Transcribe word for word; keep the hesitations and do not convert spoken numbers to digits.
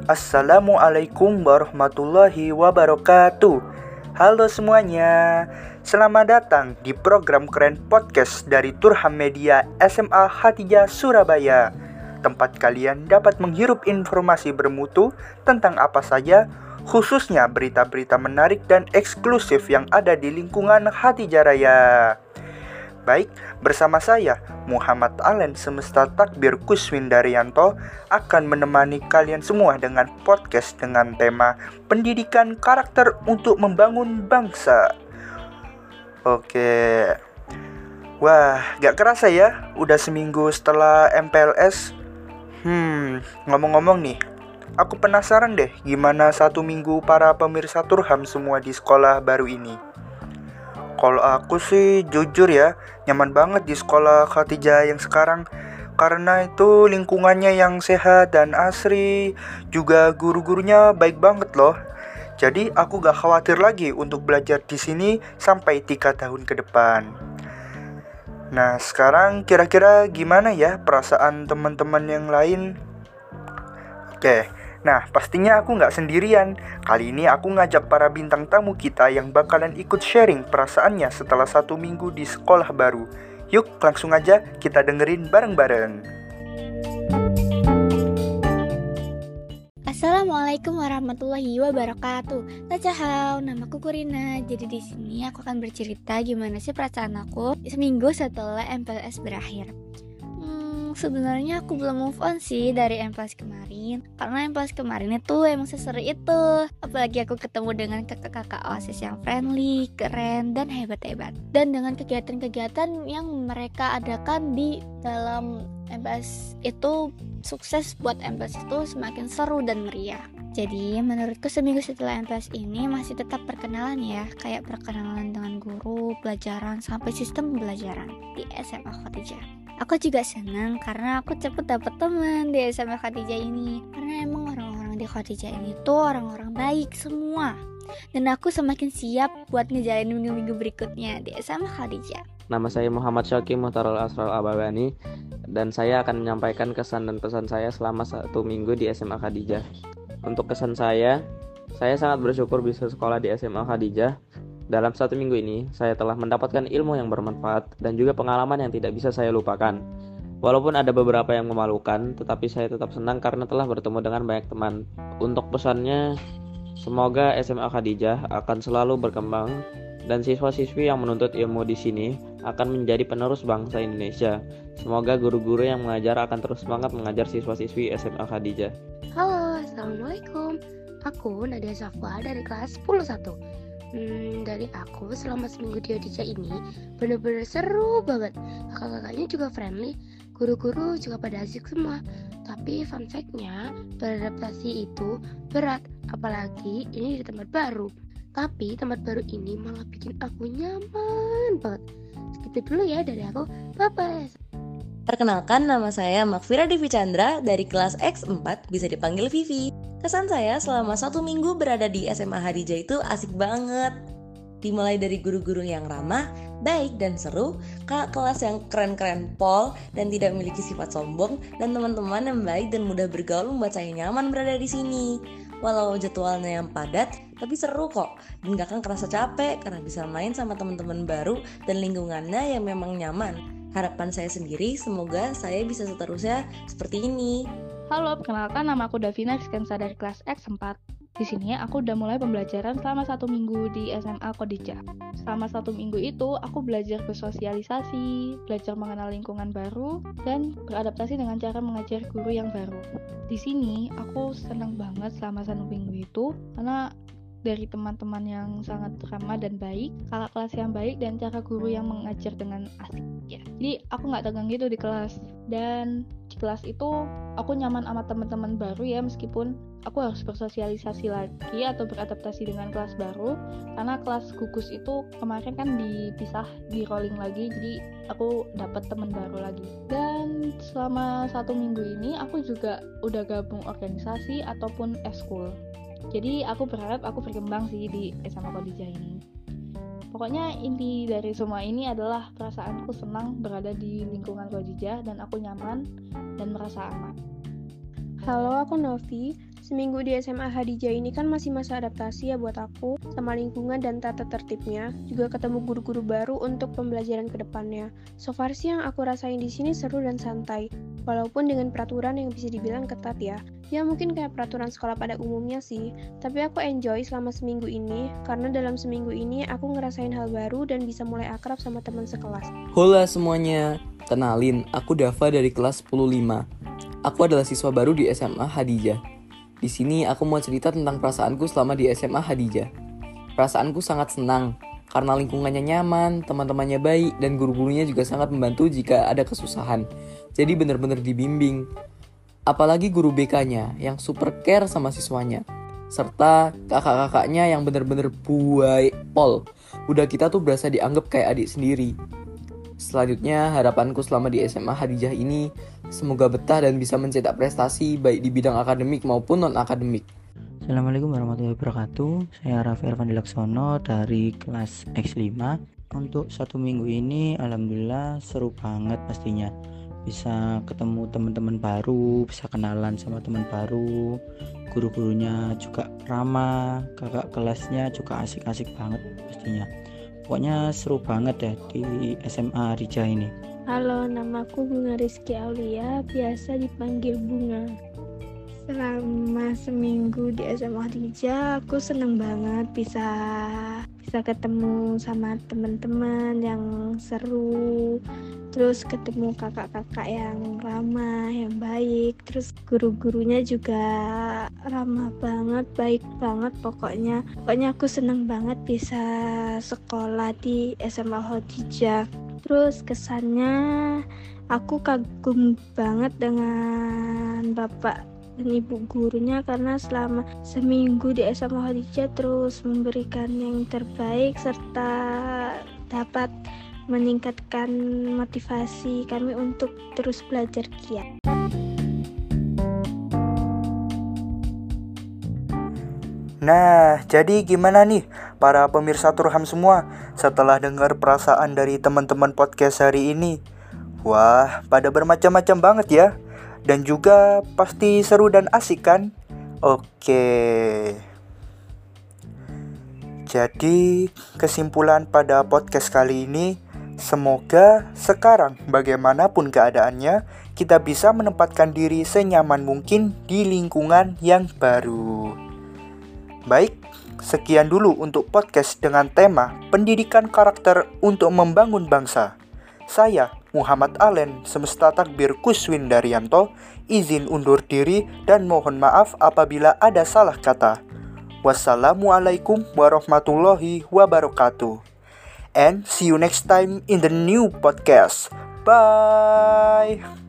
Assalamualaikum warahmatullahi wabarakatuh. Halo semuanya, selamat datang di program keren podcast dari Turham Media S M A Khatijah Surabaya. Tempat kalian dapat menghirup informasi bermutu tentang apa saja, khususnya berita-berita menarik dan eksklusif yang ada di lingkungan Khatijah Raya. Baik, bersama saya Muhammad Alen Semesta Takbir Kuswindaryanto akan menemani kalian semua dengan podcast dengan tema pendidikan karakter untuk membangun bangsa. Oke. Wah, gak kerasa ya, udah seminggu setelah M P L S. Hmm, ngomong-ngomong nih, aku penasaran deh gimana satu minggu para pemirsa Turham semua di sekolah baru ini. Kalau aku sih jujur ya, nyaman banget di sekolah Khatijah yang sekarang. Karena itu lingkungannya yang sehat dan asri, juga guru-gurunya baik banget loh. Jadi aku gak khawatir lagi untuk belajar di sini sampai tiga tahun ke depan. Nah, sekarang kira-kira gimana ya perasaan teman-teman yang lain? Oke. Nah, pastinya aku nggak sendirian. Kali ini aku ngajak para bintang tamu kita yang bakalan ikut sharing perasaannya setelah satu minggu di sekolah baru. Yuk, langsung aja kita dengerin bareng-bareng. Assalamualaikum warahmatullahi wabarakatuh. Tachahau, namaku Kurina. Jadi di sini aku akan bercerita gimana sih perasaan aku seminggu setelah M P L S berakhir. Sebenarnya aku belum move on sih dari M P L S kemarin. Karena M P L S kemarin itu emang seseru itu. Apalagi aku ketemu dengan kakak-kakak OSIS yang friendly, keren, dan hebat-hebat. Dan dengan kegiatan-kegiatan yang mereka adakan di dalam M P L S itu sukses buat M P L S itu semakin seru dan meriah. Jadi menurutku seminggu setelah M P L S ini masih tetap perkenalan ya. Kayak perkenalan dengan guru, pelajaran, sampai sistem pembelajaran di S M A Khatijah. Aku juga senang karena aku cepet dapet teman di S M A Khatijah ini. Karena emang orang-orang di Khatijah ini tuh orang-orang baik semua. Dan aku semakin siap buat ngejalanin minggu-minggu berikutnya di S M A Khatijah. Nama saya Muhammad Syaki Muhtarul Asral Ababani, dan saya akan menyampaikan kesan dan pesan saya selama satu minggu di S M A Khatijah. Untuk kesan saya, saya sangat bersyukur bisa sekolah di S M A Khatijah. Dalam satu minggu ini, saya telah mendapatkan ilmu yang bermanfaat dan juga pengalaman yang tidak bisa saya lupakan. Walaupun ada beberapa yang memalukan, tetapi saya tetap senang karena telah bertemu dengan banyak teman. Untuk pesannya, semoga S M A Khatijah akan selalu berkembang dan siswa-siswi yang menuntut ilmu di sini akan menjadi penerus bangsa Indonesia. Semoga guru-guru yang mengajar akan terus semangat mengajar siswa-siswi S M A Khatijah. Halo, Assalamualaikum. Aku Nadia Safwa dari kelas sepuluh satu. Hmm, dari aku selama seminggu di Khatijah ini bener-bener seru banget. Kakak-kakaknya juga friendly, guru-guru juga pada asik semua. Tapi fun fact-nya, beradaptasi itu berat, apalagi ini di tempat baru. Tapi tempat baru ini malah bikin aku nyaman banget. Segitu dulu ya dari aku, bye-bye. Perkenalkan, nama saya Makfira Devi Chandra dari kelas X empat, bisa dipanggil Vivi. Kesan saya selama satu minggu berada di S M A Khatijah itu asik banget. Dimulai dari guru-guru yang ramah, baik dan seru, kakak kelas yang keren-keren pol dan tidak memiliki sifat sombong, dan teman-teman yang baik dan mudah bergaul membuat saya nyaman berada di sini. Walau jadwalnya yang padat, tapi seru kok, dan gak akan kerasa capek karena bisa main sama teman-teman baru dan lingkungannya yang memang nyaman. Harapan saya sendiri, semoga saya bisa seterusnya seperti ini. Halo, perkenalkan nama aku Davina Rizkansa dari kelas X empat. Di sini aku udah mulai pembelajaran selama satu minggu di S M A Khatijah. Selama satu minggu itu aku belajar bersosialisasi, belajar mengenal lingkungan baru, dan beradaptasi dengan cara mengajar guru yang baru. Di sini aku senang banget selama satu minggu itu karena dari teman-teman yang sangat ramah dan baik, kakak kelas yang baik, dan cara guru yang mengajar dengan asik ya. Jadi aku nggak tegang gitu di kelas. Dan di kelas itu aku nyaman sama teman-teman baru ya, meskipun aku harus bersosialisasi lagi atau beradaptasi dengan kelas baru karena kelas gugus itu kemarin kan dipisah, di rolling lagi, jadi aku dapat teman baru lagi. Dan selama satu minggu ini aku juga udah gabung organisasi ataupun eskul. Jadi aku berharap aku berkembang sih di S M A Khatijah ini. Pokoknya inti dari semua ini adalah perasaanku senang berada di lingkungan Khatijah dan aku nyaman dan merasa aman. Halo, aku Novi. Seminggu di S M A Hadijah ini kan masih masa adaptasi ya buat aku sama lingkungan dan tata tertibnya, juga ketemu guru-guru baru untuk pembelajaran ke depannya. So far sih yang aku rasain di sini seru dan santai, walaupun dengan peraturan yang bisa dibilang ketat ya. Ya mungkin kayak peraturan sekolah pada umumnya sih, tapi aku enjoy selama seminggu ini karena dalam seminggu ini aku ngerasain hal baru dan bisa mulai akrab sama teman sekelas. Hola semuanya, kenalin, aku Dava dari kelas sepuluh lima. Aku adalah siswa baru di S M A Hadijah. Di sini aku mau cerita tentang perasaanku selama di S M A Hadijah. Perasaanku sangat senang karena lingkungannya nyaman, teman-temannya baik, dan guru-gurunya juga sangat membantu jika ada kesusahan. Jadi benar-benar dibimbing. Apalagi guru B K-nya yang super care sama siswanya. Serta kakak-kakaknya yang benar-benar buai pol. Udah kita tuh berasa dianggap kayak adik sendiri. Selanjutnya harapanku selama di S M A Hadijah ini semoga betah dan bisa mencetak prestasi baik di bidang akademik maupun non-akademik. Assalamualaikum warahmatullahi wabarakatuh. Saya Raffi Irfan Dilaksono dari kelas X lima. Untuk satu minggu ini alhamdulillah seru banget pastinya. Bisa ketemu teman-teman baru, bisa kenalan sama teman baru. Guru-gurunya juga ramah, kakak kelasnya juga asik-asik banget pastinya. Pokoknya seru banget ya di S M A Hadijah ini. Halo, namaku Bunga Rizky Aulia, biasa dipanggil Bunga. Selama seminggu di S M A Hadijah, aku seneng banget bisa bisa ketemu sama teman-teman yang seru, terus ketemu kakak-kakak yang ramah, yang baik, terus guru-gurunya juga ramah banget, baik banget pokoknya. Pokoknya aku seneng banget bisa sekolah di S M A Hadijah. Terus kesannya aku kagum banget dengan bapak dan ibu gurunya karena selama seminggu di S M A Hadijah terus memberikan yang terbaik serta dapat meningkatkan motivasi kami untuk terus belajar giat. Nah, jadi gimana nih para pemirsa Turham semua setelah dengar perasaan dari teman-teman podcast hari ini? Wah, pada bermacam-macam banget ya. Dan juga pasti seru dan asik kan? Oke. Jadi, kesimpulan pada podcast kali ini, semoga sekarang bagaimanapun keadaannya, kita bisa menempatkan diri senyaman mungkin di lingkungan yang baru. Baik, sekian dulu untuk podcast dengan tema Pendidikan Karakter untuk Membangun Bangsa. Saya, Muhammad Alen, Semesta Takbir Kuswin Daryanto, izin undur diri dan mohon maaf apabila ada salah kata. Wassalamualaikum warahmatullahi wabarakatuh. And see you next time in the new podcast. Bye!